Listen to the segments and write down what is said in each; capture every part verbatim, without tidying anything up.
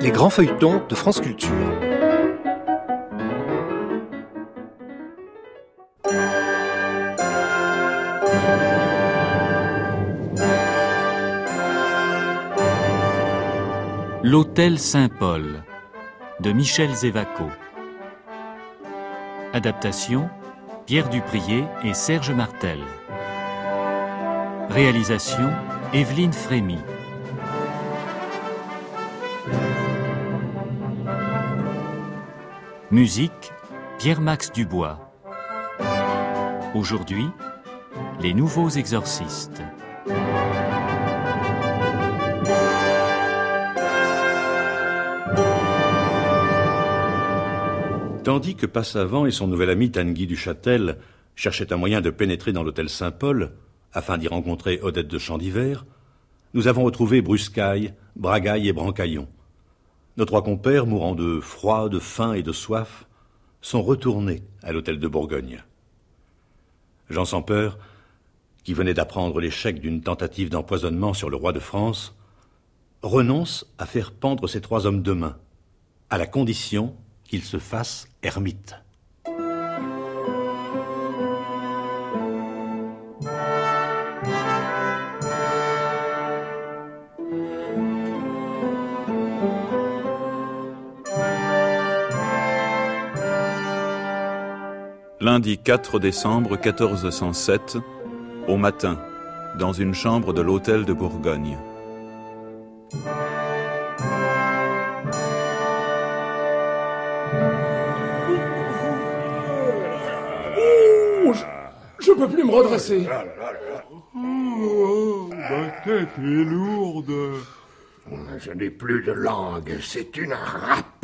Les grands feuilletons de France Culture. L'Hôtel Saint-Paul de Michel Zévaco. Adaptation Pierre Duprier et Serge Martel. Réalisation Evelyne Frémy. Musique Pierre-Max Dubois. Aujourd'hui, les nouveaux exorcistes. Tandis que Passavant et son nouvel ami Tanguy du Châtel cherchaient un moyen de pénétrer dans l'hôtel Saint-Paul afin d'y rencontrer Odette de Chandivert, nous avons retrouvé Bruscaille, Bragaille et Brancaillon. Nos trois compères, mourant de froid, de faim et de soif, sont retournés à l'hôtel de Bourgogne. Jean sans peur, qui venait d'apprendre l'échec d'une tentative d'empoisonnement sur le roi de France, renonce à faire pendre ces trois hommes demain, à la condition qu'ils se fassent ermites. Lundi quatre décembre quatorze cent sept, au matin, dans une chambre de l'hôtel de Bourgogne. Oh, je, je peux plus me redresser. Oh, ma tête est lourde. Je n'ai plus de langue, c'est une râpe.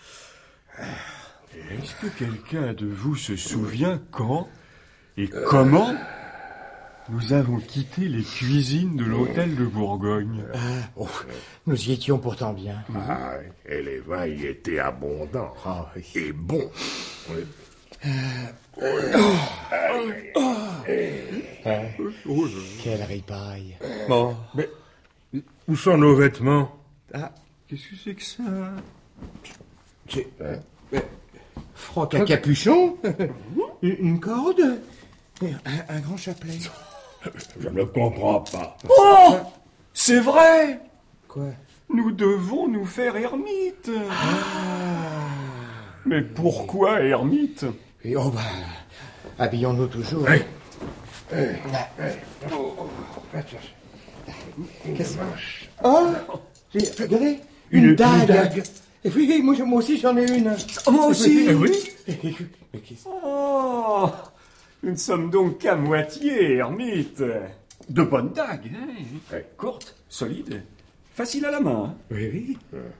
Est-ce que quelqu'un de vous se souvient quand et comment nous avons quitté les cuisines de l'hôtel de Bourgogne? Ah, oh, nous y étions pourtant bien. Ah, et les vins y étaient abondants. Oh, oui. Et bons. Oui. Euh, oh, oh, oh, quelle ripaille. Bon. Mais où sont nos vêtements? Ah, qu'est-ce que c'est que ça? C'est... Euh, mais, froc à capuchon, une, une corde, un, un grand chapelet. Je ne comprends pas. Oh! C'est vrai! Quoi? Nous devons nous faire ermites. Ah. Mais pourquoi ermite? Et oh bah, habillons-nous toujours. Hey. Hey. Hey. Oh. Qu'est-ce que... Oh, regardez, une, une dague. Une dague. Et oui, moi, moi aussi j'en ai une. Oh, moi aussi. Et oui. Mais qu'est-ce... Oh, nous ne sommes donc qu'à moitié ermites. De bonnes dagues, hein? Ouais. Courtes, solides, faciles à la main. Oui, oui.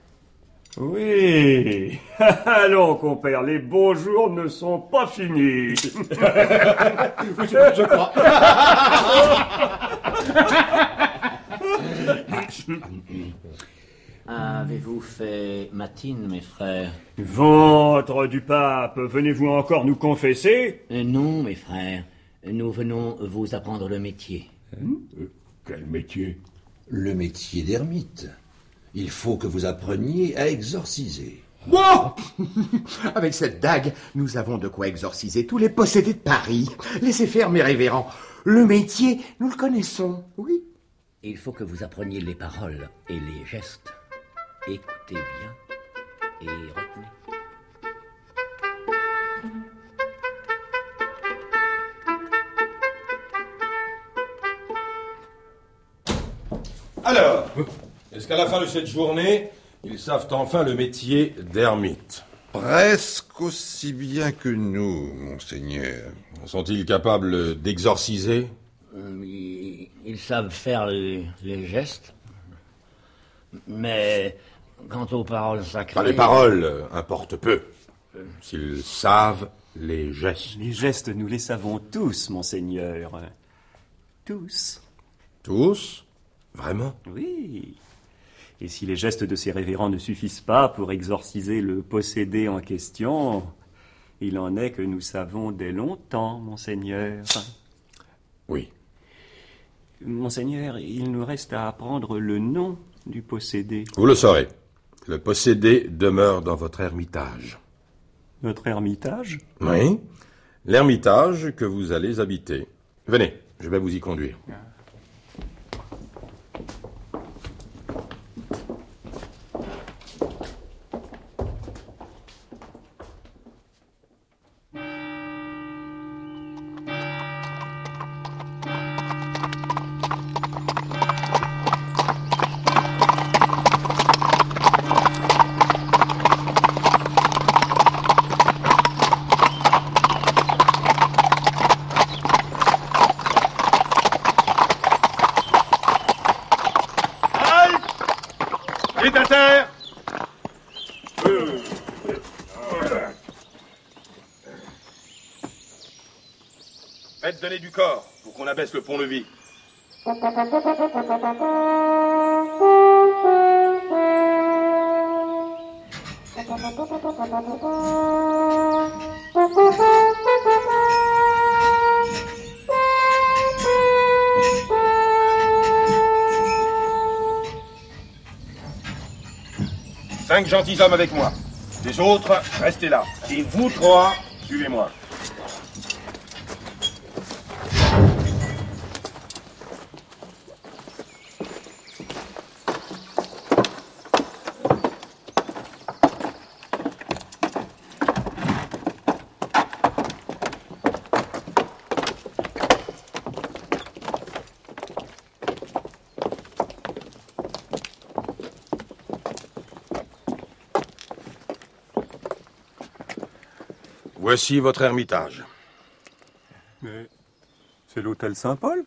Oui. Allons, compère, les beaux jours ne sont pas finis. je, je crois. Avez-vous fait matine, mes frères? Ventre du pape, venez-vous encore nous confesser? euh, Non, mes frères, nous venons vous apprendre le métier. Hein? euh, Quel métier? Le métier d'ermite. Il faut que vous appreniez à exorciser. Wow. Avec cette dague, nous avons de quoi exorciser tous les possédés de Paris. Laissez faire, mes révérends. Le métier, nous le connaissons, oui. Il faut que vous appreniez les paroles et les gestes. Écoutez bien et retenez. Alors, est-ce qu'à la fin de cette journée, ils savent enfin le métier d'ermite? Presque aussi bien que nous, monseigneur. Sont-ils capables d'exorciser? euh, ils, ils savent faire les, les gestes, mais quant aux paroles sacrées... Enfin, les paroles euh, importent peu. S'ils savent les gestes. Les gestes, nous les savons tous, monseigneur. Tous. Tous? Vraiment? Oui. Et si les gestes de ces révérends ne suffisent pas pour exorciser le possédé en question, il en est que nous savons dès longtemps, monseigneur. Oui. Monseigneur, il nous reste à apprendre le nom du possédé. Vous le saurez. Le possédé demeure dans votre ermitage. Notre ermitage? Oui, l'ermitage que vous allez habiter. Venez, je vais vous y conduire. Faites donner du corps pour qu'on abaisse le pont-levis. Cinq gentilshommes avec moi. Les autres, restez là. Et vous trois, suivez-moi. Voici votre ermitage. Mais c'est l'hôtel Saint-Paul?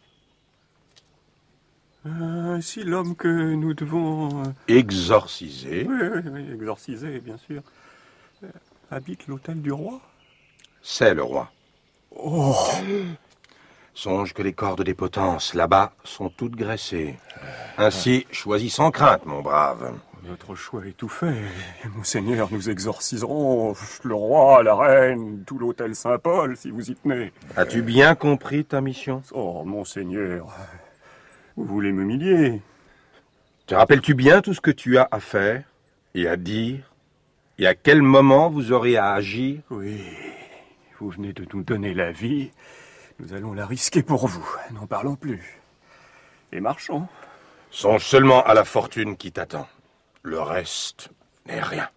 euh, Si l'homme que nous devons... Euh... Exorciser? Oui, oui, oui, exorciser, bien sûr. Euh, habite l'hôtel du roi? C'est le roi. Oh! Songe que les cordes des potences, là-bas, sont toutes graissées. Ainsi, choisis sans crainte, mon brave. Notre choix est tout fait. Monseigneur, nous exorciserons le roi, la reine, tout l'hôtel Saint-Paul, si vous y tenez. As-tu bien compris ta mission? Oh, monseigneur, vous voulez m'humilier? Te rappelles-tu bien tout ce que tu as à faire et à dire? Et à quel moment vous aurez à agir? Oui, vous venez de nous donner la vie. Nous allons la risquer pour vous. N'en parlons plus. Et marchons. Songe seulement à la fortune qui t'attend. Le reste n'est rien.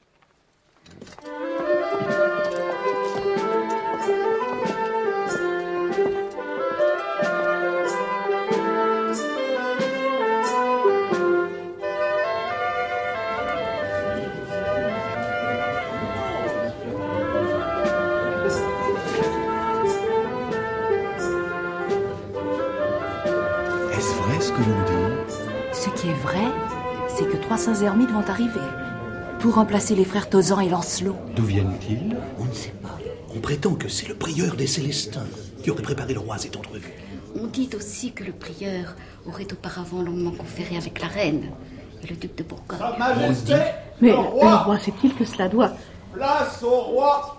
Est-ce vrai ce que l'on dit? Ce qui est vrai, c'est que trois saints ermites vont arriver pour remplacer les frères Tozan et Lancelot. D'où viennent-ils? On ne sait pas. On prétend que c'est le prieur des Célestins qui aurait préparé le roi à cette entrevue. On dit aussi que le prieur aurait auparavant longuement conféré avec la reine et le duc de Bourgogne. Sa Majesté, Mais le roi, le roi sait-il que cela doit... Place au roi.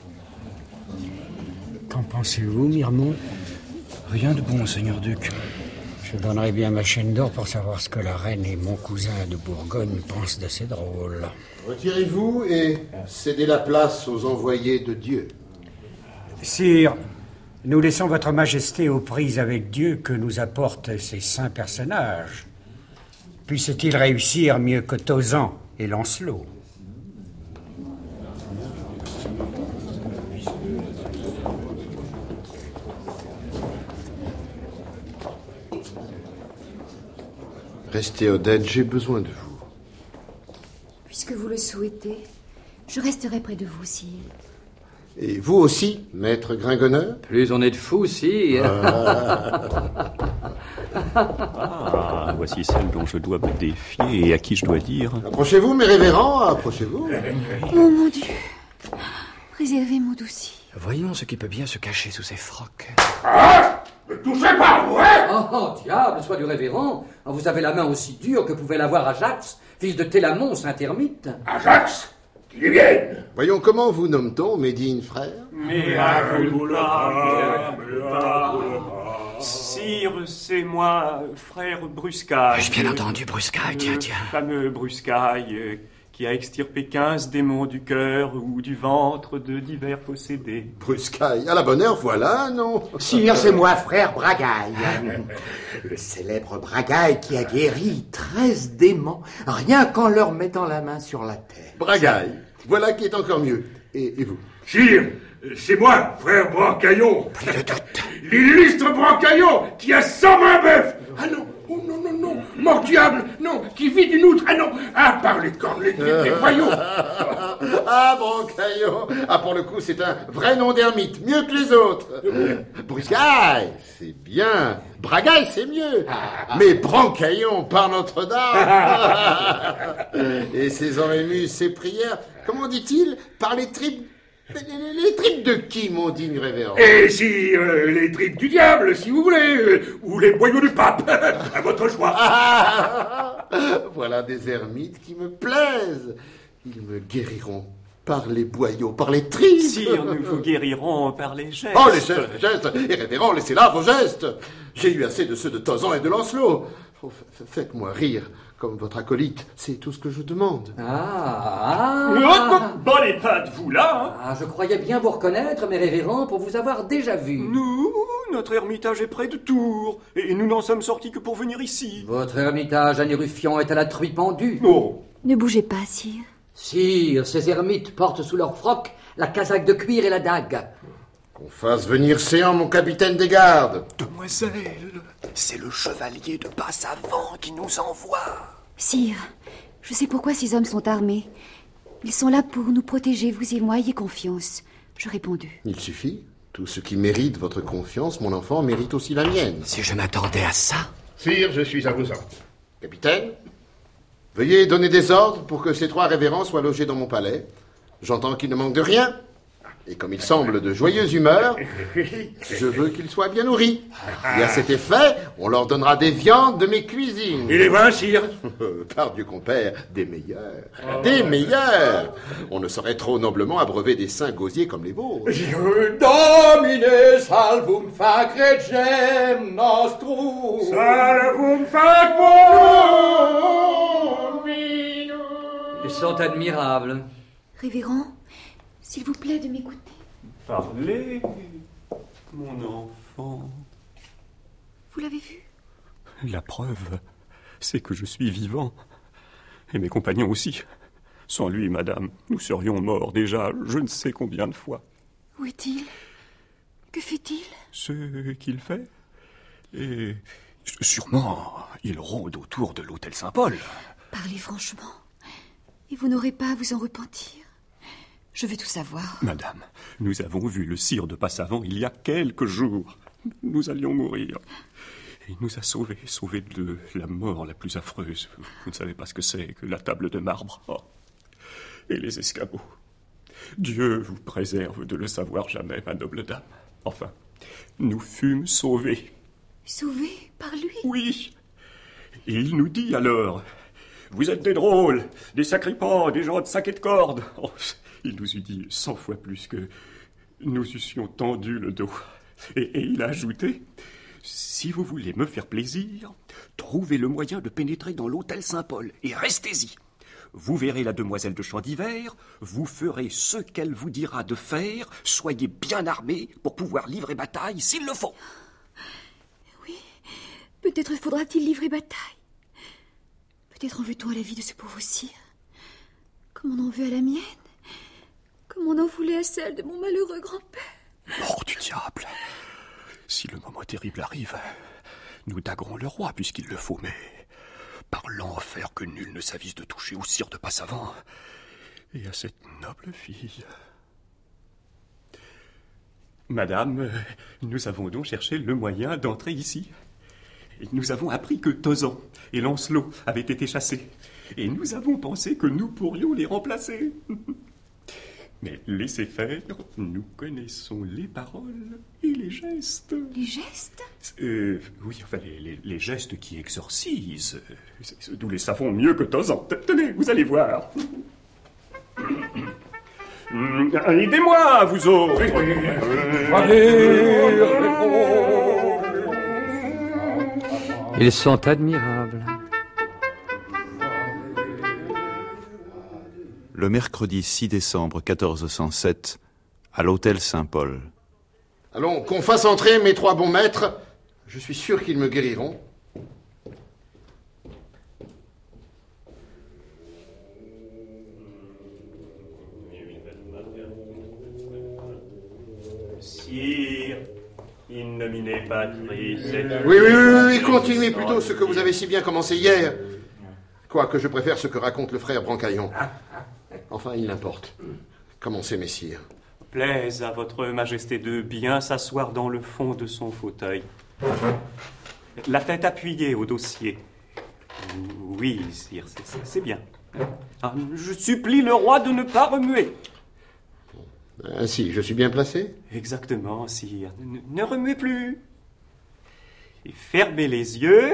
Qu'en pensez-vous, Mirmont? Rien de bon, seigneur duc. Je donnerais bien ma chaîne d'or pour savoir ce que la reine et mon cousin de Bourgogne pensent de ces drôles. Retirez-vous et cédez la place aux envoyés de Dieu. Sire, nous laissons votre majesté aux prises avec Dieu que nous apportent ces saints personnages. Puissent-ils réussir mieux que Tozan et Lancelot? Restez, Odette, j'ai besoin de vous. Puisque vous le souhaitez, je resterai près de vous, sire. Et vous aussi, maître Gringonneur? Plus on est de fous, sire. Ah, voici celle dont je dois me défier et à qui je dois dire... Approchez-vous, mes révérends, approchez-vous. Oh mon Dieu, préservez mon dossier. Voyons ce qui peut bien se cacher sous ces frocs. Ah! Ne touchez pas, ouais! Oh, oh, diable, sois du révérend. Vous avez la main aussi dure que pouvait l'avoir Ajax, fils de Télamon, saint-ermite. Ajax, qu'il y vienne. Voyons, comment vous nomme-t-on, mes dignes frères? Sire, c'est moi, frère Bruscaille. J'ai bien entendu Bruscaille, tiens, Le tiens. fameux Bruscaille, qui a extirpé quinze démons du cœur ou du ventre de divers possédés. Bruscaille, à la bonne heure, voilà, non? Sire, c'est moi, frère Bragaille. Le célèbre Bragaille qui a guéri treize démons, rien qu'en leur mettant la main sur la tête. Bragaille, voilà qui est encore mieux. Et, et vous? Sire, c'est moi, frère Brancaillon. L'illustre Brancaillon qui a cent vingt bœufs. Ah non, oh non, non, non, mort diable, non, qui vit d'une outre, ah non, ah par les cornes, les griffes des voyous. Ah, Brancaillon. Ah, pour le coup, c'est un vrai nom d'ermite, mieux que les autres. Bruscaille, c'est bien. Bragaille, c'est mieux. Mais Brancaillon, par Notre-Dame. Et ses orémus, ses prières, comment dit-il? Par les tripes... Les, les, les tripes de qui, mon digne révérend? Et si euh, les tripes du diable, si vous voulez, euh, ou les boyaux du pape, à votre choix. Ah, voilà des ermites qui me plaisent. Ils me guériront par les boyaux, par les tripes. Sire, nous vous guérirons par les gestes. Oh, les gestes, les gestes. Et révérend, laissez là vos gestes. J'ai eu assez de ceux de Tozan et de Lancelot. Oh, faites-moi rire. Comme votre acolyte, c'est tout ce que je demande. Ah, ah. Bon épate, vous là, hein. Ah, je croyais bien vous reconnaître, mes révérends, pour vous avoir déjà vu. Nous, notre ermitage est près de Tours, et nous n'en sommes sortis que pour venir ici. Votre ermitage à Néruffion est à la truie pendue. Oh. Ne bougez pas, sire. Sire, ces ermites portent sous leur froc la casaque de cuir et la dague. Qu'on fasse venir Séant, mon capitaine des gardes. Demoiselle, c'est le chevalier de Passavant qui nous envoie. Sire, je sais pourquoi ces hommes sont armés. Ils sont là pour nous protéger, vous et moi, ayez confiance. Je répondu. Il suffit. Tout ce qui mérite votre confiance, mon enfant, mérite aussi la mienne. Si je m'attendais à ça. Sire, je suis à vos ordres. Capitaine, veuillez donner des ordres pour que ces trois révérends soient logés dans mon palais. J'entends qu'il ne manque de rien. Et comme il semble de joyeuse humeur, je veux qu'ils soient bien nourris. Et à cet effet, on leur donnera des viandes de mes cuisines. Et les vins, sire? Par Dieu compère, des meilleurs. Des meilleurs. On ne saurait trop noblement abreuver des saints gosiers comme les vôtres. Domine salvum fac regem nostrum. Salvum fac Ils sont admirables. Révérend, s'il vous plaît de m'écouter. Parlez, mon enfant. Vous l'avez vu? La preuve, c'est que je suis vivant. Et mes compagnons aussi. Sans lui, madame, nous serions morts déjà je ne sais combien de fois. Où est-il? Que fait-il? Ce qu'il fait. Et sûrement, il rôde autour de l'hôtel Saint-Paul. Parlez franchement. Et vous n'aurez pas à vous en repentir. Je veux tout savoir. Madame, nous avons vu le sire de Passavant il y a quelques jours. Nous allions mourir. Et il nous a sauvés, sauvés de la mort la plus affreuse. Vous ne savez pas ce que c'est que la table de marbre. Oh. Et les escabeaux. Dieu vous préserve de le savoir jamais, ma noble dame. Enfin, nous fûmes sauvés. Sauvés par lui? Oui. Et il nous dit alors, vous êtes des drôles, des sacripants, des gens de sac et de corde. Oh, il nous eût dit cent fois plus que nous eussions tendu le dos. Et, et il a ajouté, si vous voulez me faire plaisir, trouvez le moyen de pénétrer dans l'hôtel Saint-Paul et restez-y. Vous verrez la demoiselle de Chandivert, vous ferez ce qu'elle vous dira de faire, soyez bien armés pour pouvoir livrer bataille s'il le faut. Oui, peut-être faudra-t-il livrer bataille. Peut-être en veut-on à la vie de ce pauvre sire, comme on en veut à la mienne, comme on en voulait à celle de mon malheureux grand-père. Mort du diable! Si le moment terrible arrive, nous daguerons le roi puisqu'il le faut, mais par l'enfer que nul ne s'avise de toucher au sire de Passavant et à cette noble fille. Madame, nous avons donc cherché le moyen d'entrer ici. Et nous avons appris que Tozan et Lancelot avaient été chassés. Et nous avons pensé que nous pourrions les remplacer. Mais laissez faire, nous connaissons les paroles et les gestes. Les gestes? euh, Oui, enfin, les, les, les gestes qui exorcisent. Nous les savons mieux que Tozan. Tenez, vous allez voir. Aidez-moi, vous autres. Ils sont admirables. le mercredi six décembre quatorze cent sept, à l'hôtel Saint-Paul. Allons, qu'on fasse entrer mes trois bons maîtres. Je suis sûr qu'ils me guériront. Sire, innominé Patrice... Oui, oui, oui, oui, continuez plutôt ce que vous avez si bien commencé hier. Quoique je préfère ce que raconte le frère Brancaillon. Enfin, il n'importe. Commencez, messire. Plaise à votre majesté de bien s'asseoir dans le fond de son fauteuil. La tête appuyée au dossier. Oui, sire, c'est, c'est, c'est bien. Ah, je supplie le roi de ne pas remuer. Ainsi, je suis bien placé? Exactement, sire. Ne, ne remuez plus. Et fermez les yeux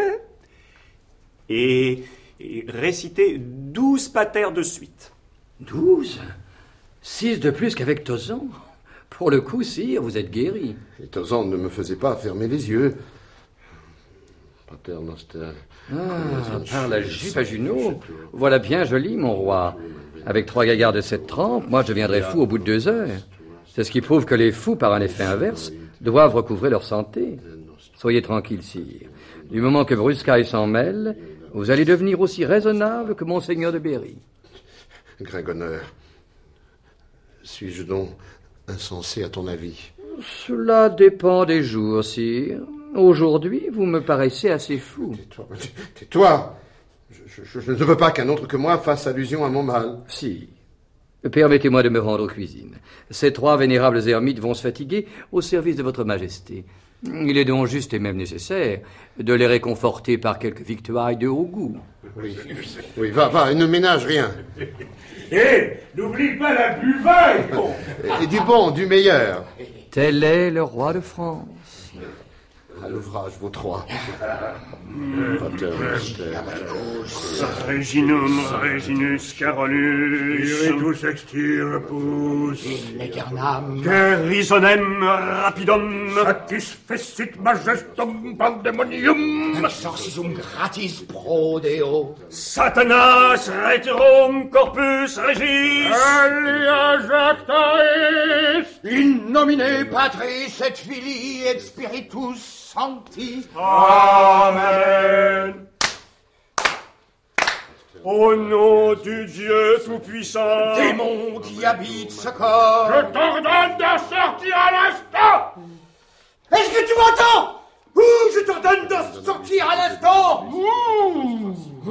et, et récitez douze patères de suite. Douze? Six de plus qu'avec Tozan. Pour le coup, sire, vous êtes guéri. Et Tozan ne me faisait pas fermer les yeux. Pater Noster. Ah, par la jupe à Junot. Voilà bien joli, mon roi. Avec trois gaillards de cette trempe, moi je deviendrai fou au bout de deux heures. C'est ce qui prouve que les fous, par un effet inverse, doivent recouvrer leur santé. Soyez tranquille, sire. Du moment que Bruscaille s'en mêle, vous allez devenir aussi raisonnable que Monseigneur de Berry. Gringoneur, suis-je donc insensé à ton avis? Cela dépend des jours, sire. Aujourd'hui, vous me paraissez assez fou. Tais-toi, tais-toi. Je, je, je ne veux pas qu'un autre que moi fasse allusion à mon mal. Si. Permettez-moi de me rendre aux cuisines. Ces trois vénérables ermites vont se fatiguer au service de votre majesté. Il est donc juste et même nécessaire de les réconforter par quelques victuailles de haut goût. Oui, oui, va, va, et ne ménage rien. Hé, hey, n'oublie pas la buvaille. Et, et du bon, du meilleur. Tel est le roi de France. À l'ouvrage, vos trois. Reginum, Reginus, Carolus. Spiritus extirpus. Legernam. Carisonem, rapidum. Satisfecit majestum pandemonium. Exorcisum gratis pro Deo. Satanas, reterum, corpus regis. Alia jactais. In nomine Patris et Filii et Spiritus Sancti. Amen. Au nom du Dieu Tout-Puissant. Démon qui habite ce corps. Je t'ordonne de sortir à l'instant. Est-ce que tu m'entends? Ouh, je t'ordonne de sortir à l'instant. Ouh.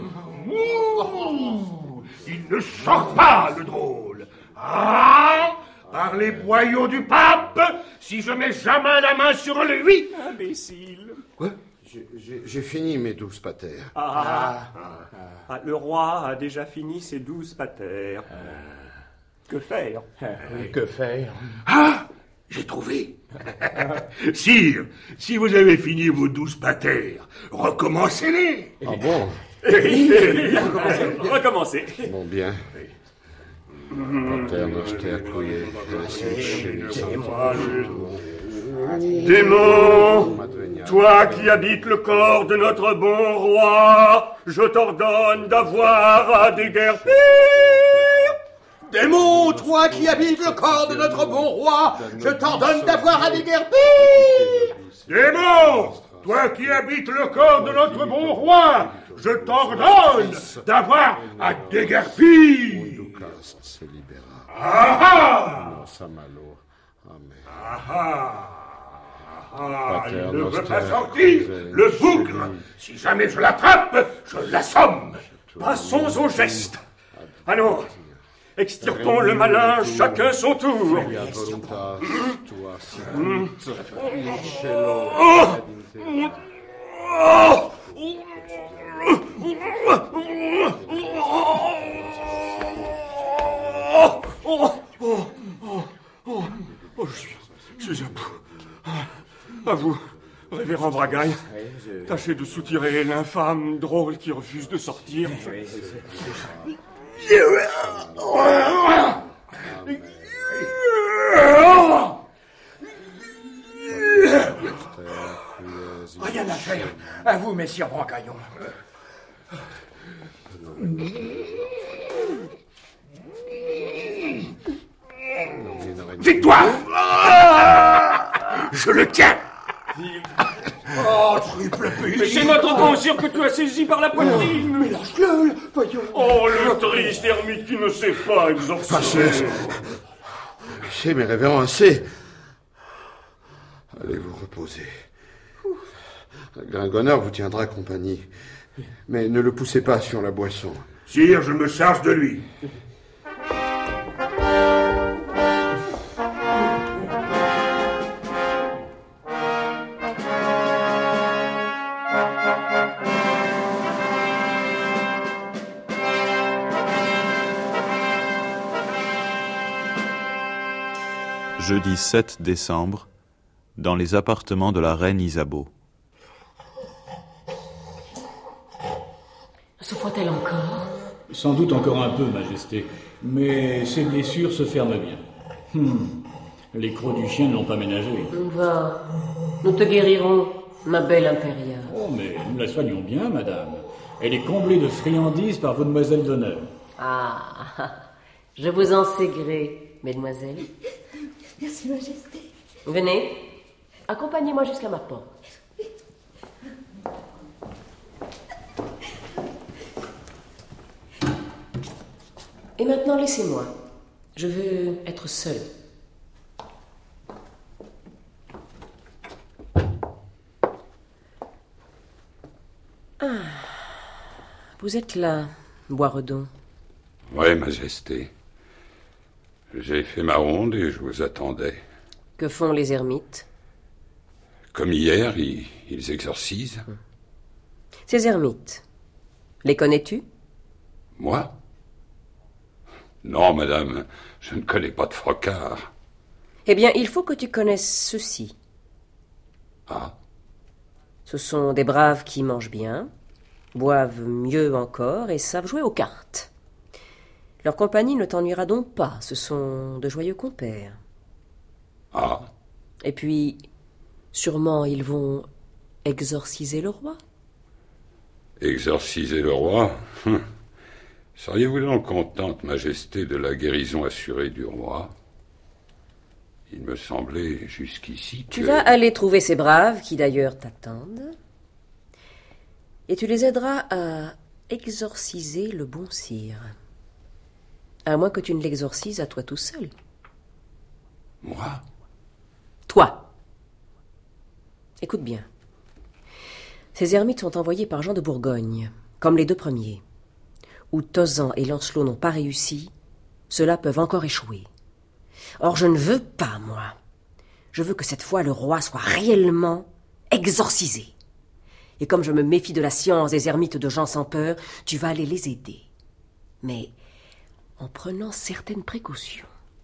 Ouh. Il ne sort pas, le drôle. Ah, par les boyaux du pape, si je mets jamais la main sur lui. Imbécile. Quoi? J'ai, j'ai fini mes douze patères. Ah, ah, ah, ah, le roi a déjà fini ses douze patères. Euh, que faire? Oui, que faire? Ah, j'ai trouvé. Sire, si vous avez fini vos douze patères, recommencez-les. Ah bon? Recommencez. Recommencez. Bon, bien. Pater Noster, couillé. Démon, toi qui habites le corps de notre bon roi, je t'ordonne d'avoir à déguerpir. Démon, toi qui habites le corps de notre bon roi, je t'ordonne d'avoir à déguerpir. Démon, toi qui habites le corps de notre bon roi, je t'ordonne d'avoir à déguerpir. Ah ah! Ah ah! Ah, il ne veut pas sortir, le bougre. Si jamais je l'attrape, je l'assomme. Passons au geste. Allons, extirpons le malin, chacun son tour. Je suis, je suis à bout. À vous, révérend Bragaille. Tâchez de soutirer l'infâme drôle qui refuse de sortir. Rien à faire. À vous, messire Brancaillon. Tais-toi. Je le tiens. Oh, triple Mais c'est notre penseur que tu as saisi par la poitrine. Mais lâche-le, voyons. Oh, le triste ermite qui ne sait pas exorciser. Assez. Assez, mes révérends, assez. Allez vous reposer. Gringonard vous tiendra compagnie. Mais ne le poussez pas sur la boisson. Sire, je me charge de lui. Jeudi sept décembre, dans les appartements de la reine Isabeau. Souffre-t-elle encore? Sans doute encore un peu, Majesté, mais ses blessures se ferment bien. Hmm. Les crocs du chien ne l'ont pas ménagé. Va, nous te guérirons, ma belle Impéria. Oh, mais nous la soignons bien, madame. Elle est comblée de friandises par vos demoiselles d'honneur. Ah, je vous en sais gré, mesdemoiselles. Merci, Majesté. Venez, accompagnez-moi jusqu'à ma porte. Et maintenant, laissez-moi. Je veux être seule. Ah, vous êtes là, Boisredon. Oui, Majesté. J'ai fait ma ronde et je vous attendais. Que font les ermites? Comme hier, ils, ils exorcisent. Ces ermites, les connais-tu? Moi? Non, madame, je ne connais pas de frocard. Eh bien, il faut que tu connaisses ceci. Ah? Ce sont des braves qui mangent bien, boivent mieux encore et savent jouer aux cartes. Leur compagnie ne t'ennuiera donc pas, ce sont de joyeux compères. Ah? Et puis, sûrement, ils vont exorciser le roi. Exorciser le roi? Hum. Seriez-vous donc contente, Majesté, de la guérison assurée du roi? Il me semblait jusqu'ici que... Tu vas aller trouver ces braves, qui d'ailleurs t'attendent, et tu les aideras à exorciser le bon sire. À moins que tu ne l'exorcises à toi tout seul. Moi? Toi. Écoute bien. Ces ermites sont envoyés par Jean de Bourgogne, comme les deux premiers. Où Tozan et Lancelot n'ont pas réussi, ceux-là peuvent encore échouer. Or, je ne veux pas, moi. Je veux que cette fois le roi soit réellement exorcisé. Et comme je me méfie de la science des ermites de Jean sans peur, tu vas aller les aider. Mais en prenant certaines précautions.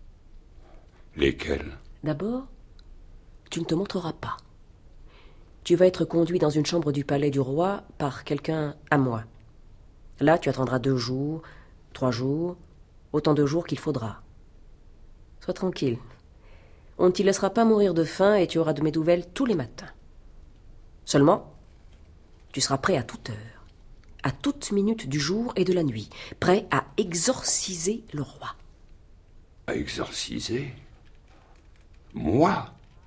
Lesquelles? D'abord, tu ne te montreras pas. Tu vas être conduit dans une chambre du palais du roi par quelqu'un à moi. Là, tu attendras deux jours, trois jours, autant de jours qu'il faudra. Sois tranquille. On ne t'y laissera pas mourir de faim et tu auras de mes nouvelles tous les matins. Seulement, tu seras prêt à toute heure, à toute minute du jour et de la nuit, prêt à exorciser le roi. À exorciser? Moi?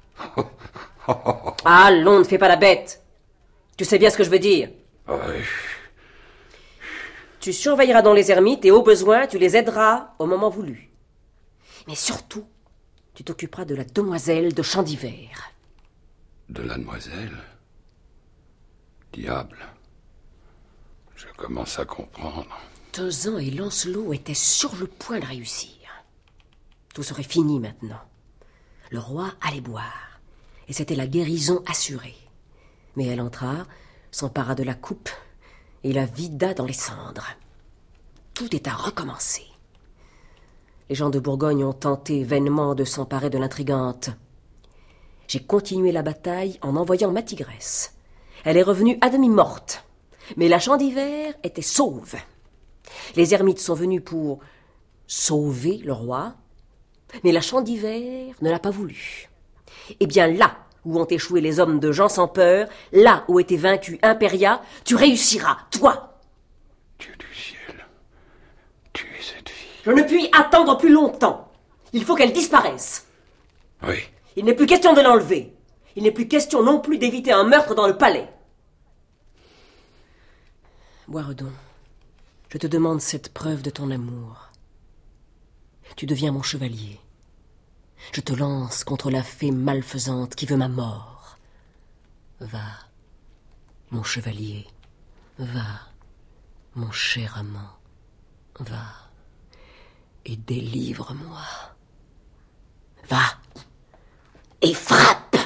Allons, ne fais pas la bête. Tu sais bien ce que je veux dire. Ouais. Tu surveilleras dans les ermites et au besoin, tu les aideras au moment voulu. Mais surtout, tu t'occuperas de la demoiselle de Chandivert. De la demoiselle? Diable. Je commence à comprendre. Tozan et Lancelot étaient sur le point de réussir. Tout serait fini maintenant. Le roi allait boire, et c'était la guérison assurée. Mais elle entra, s'empara de la coupe, et la vida dans les cendres. Tout est à recommencer. Les gens de Bourgogne ont tenté vainement de s'emparer de l'intrigante. J'ai continué la bataille en envoyant ma tigresse. Elle est revenue à demi morte, mais la Chandivert était sauve. Les ermites sont venus pour sauver le roi, mais la Chandivert ne l'a pas voulu. Eh bien là où ont échoué les hommes de Jean sans peur, là où était vaincu Impéria, tu réussiras, toi. Dieu du ciel, tuez cette fille. Je ne puis attendre plus longtemps. Il faut qu'elle disparaisse. Oui. Il n'est plus question de l'enlever. Il n'est plus question non plus d'éviter un meurtre dans le palais. Boisredon, je te demande cette preuve de ton amour. Tu deviens mon chevalier. Je te lance contre la fée malfaisante qui veut ma mort. Va, mon chevalier, va, mon cher amant, va et délivre-moi. Va et frappe.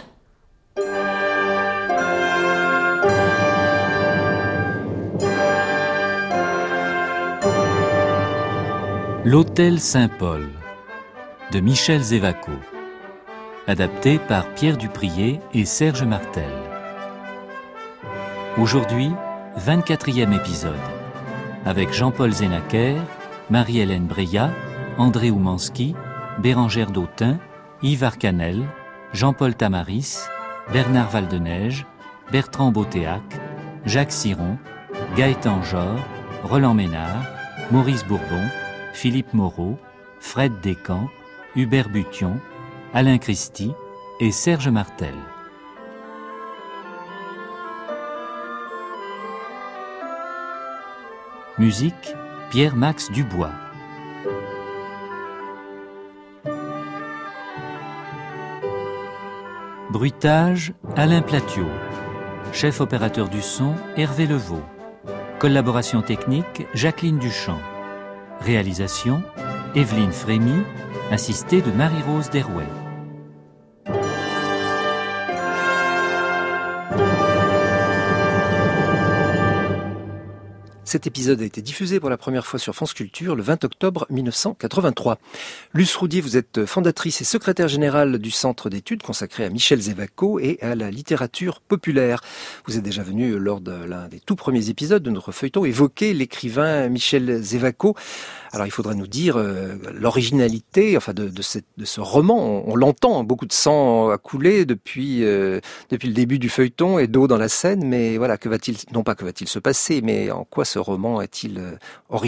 L'Hôtel Saint-Paul de Michel Zévaco, adapté par Pierre Duprier et Serge Martel. Aujourd'hui, vingt-quatrième épisode, avec Jean-Paul Zénacker, Marie-Hélène Breillat, André Oumanski, Bérangère Dautin, Yves Arcanel, Jean-Paul Tamaris, Bernard Valdeneige, Bertrand Botéac, Jacques Siron, Gaëtan Jor, Roland Ménard, Maurice Bourbon, Philippe Moreau, Fred Descamps, Hubert Bution, Alain Christie et Serge Martel. Musique, Pierre-Max Dubois. Bruitage, Alain Platiot. Chef opérateur du son, Hervé Levaux. Collaboration technique, Jacqueline Duchamp. Réalisation, Evelyne Frémy, assistée de Marie-Rose Derouet. Cet épisode a été diffusé pour la première fois sur France Culture le vingt octobre mille neuf cent quatre-vingt-trois. Luce Roudier, vous êtes fondatrice et secrétaire générale du Centre d'études consacré à Michel Zévaco et à la littérature populaire. Vous êtes déjà venu lors de l'un des tout premiers épisodes de notre feuilleton évoquer l'écrivain Michel Zévaco. Alors il faudrait nous dire euh, l'originalité enfin de, de, cette, de ce roman. On, on l'entend, beaucoup de sang a coulé depuis, euh, depuis le début du feuilleton et d'eau dans la Seine, mais voilà, que va-t-il, non pas que va-t-il se passer, mais en quoi ce roman est-il euh, original ?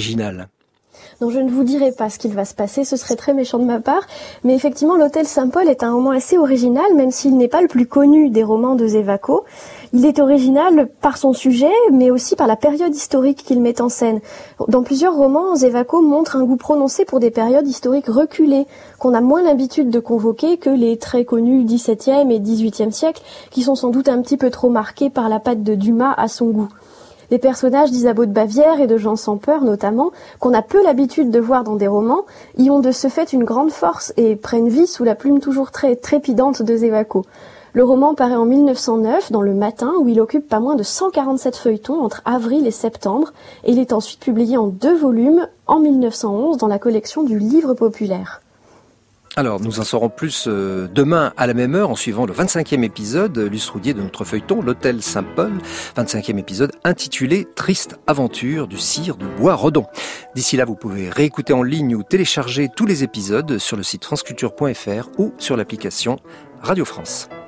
Non, je ne vous dirai pas ce qu'il va se passer, ce serait très méchant de ma part, mais effectivement l'Hôtel Saint-Paul est un roman assez original, même s'il n'est pas le plus connu des romans de Zévaco. Il est original par son sujet, mais aussi par la période historique qu'il met en scène. Dans plusieurs romans, Zévaco montre un goût prononcé pour des périodes historiques reculées, qu'on a moins l'habitude de convoquer que les très connus dix-septième et dix-huitième siècles, qui sont sans doute un petit peu trop marqués par la patte de Dumas à son goût. Les personnages d'Isabeau de Bavière et de Jean sans peur notamment, qu'on a peu l'habitude de voir dans des romans, y ont de ce fait une grande force et prennent vie sous la plume toujours très trépidante de Zévaco. Le roman paraît en mille neuf cent neuf dans Le Matin, où il occupe pas moins de cent quarante-sept feuilletons entre avril et septembre, et il est ensuite publié en deux volumes en mille neuf cent onze dans la collection du Livre populaire. Alors, nous en saurons plus euh, demain à la même heure en suivant le vingt-cinquième épisode, Luce Roudier, de notre feuilleton, l'Hôtel Saint-Paul, vingt-cinquième épisode intitulé « Triste aventure du sire de Boisredon ». D'ici là, vous pouvez réécouter en ligne ou télécharger tous les épisodes sur le site franceculture point f r ou sur l'application Radio France.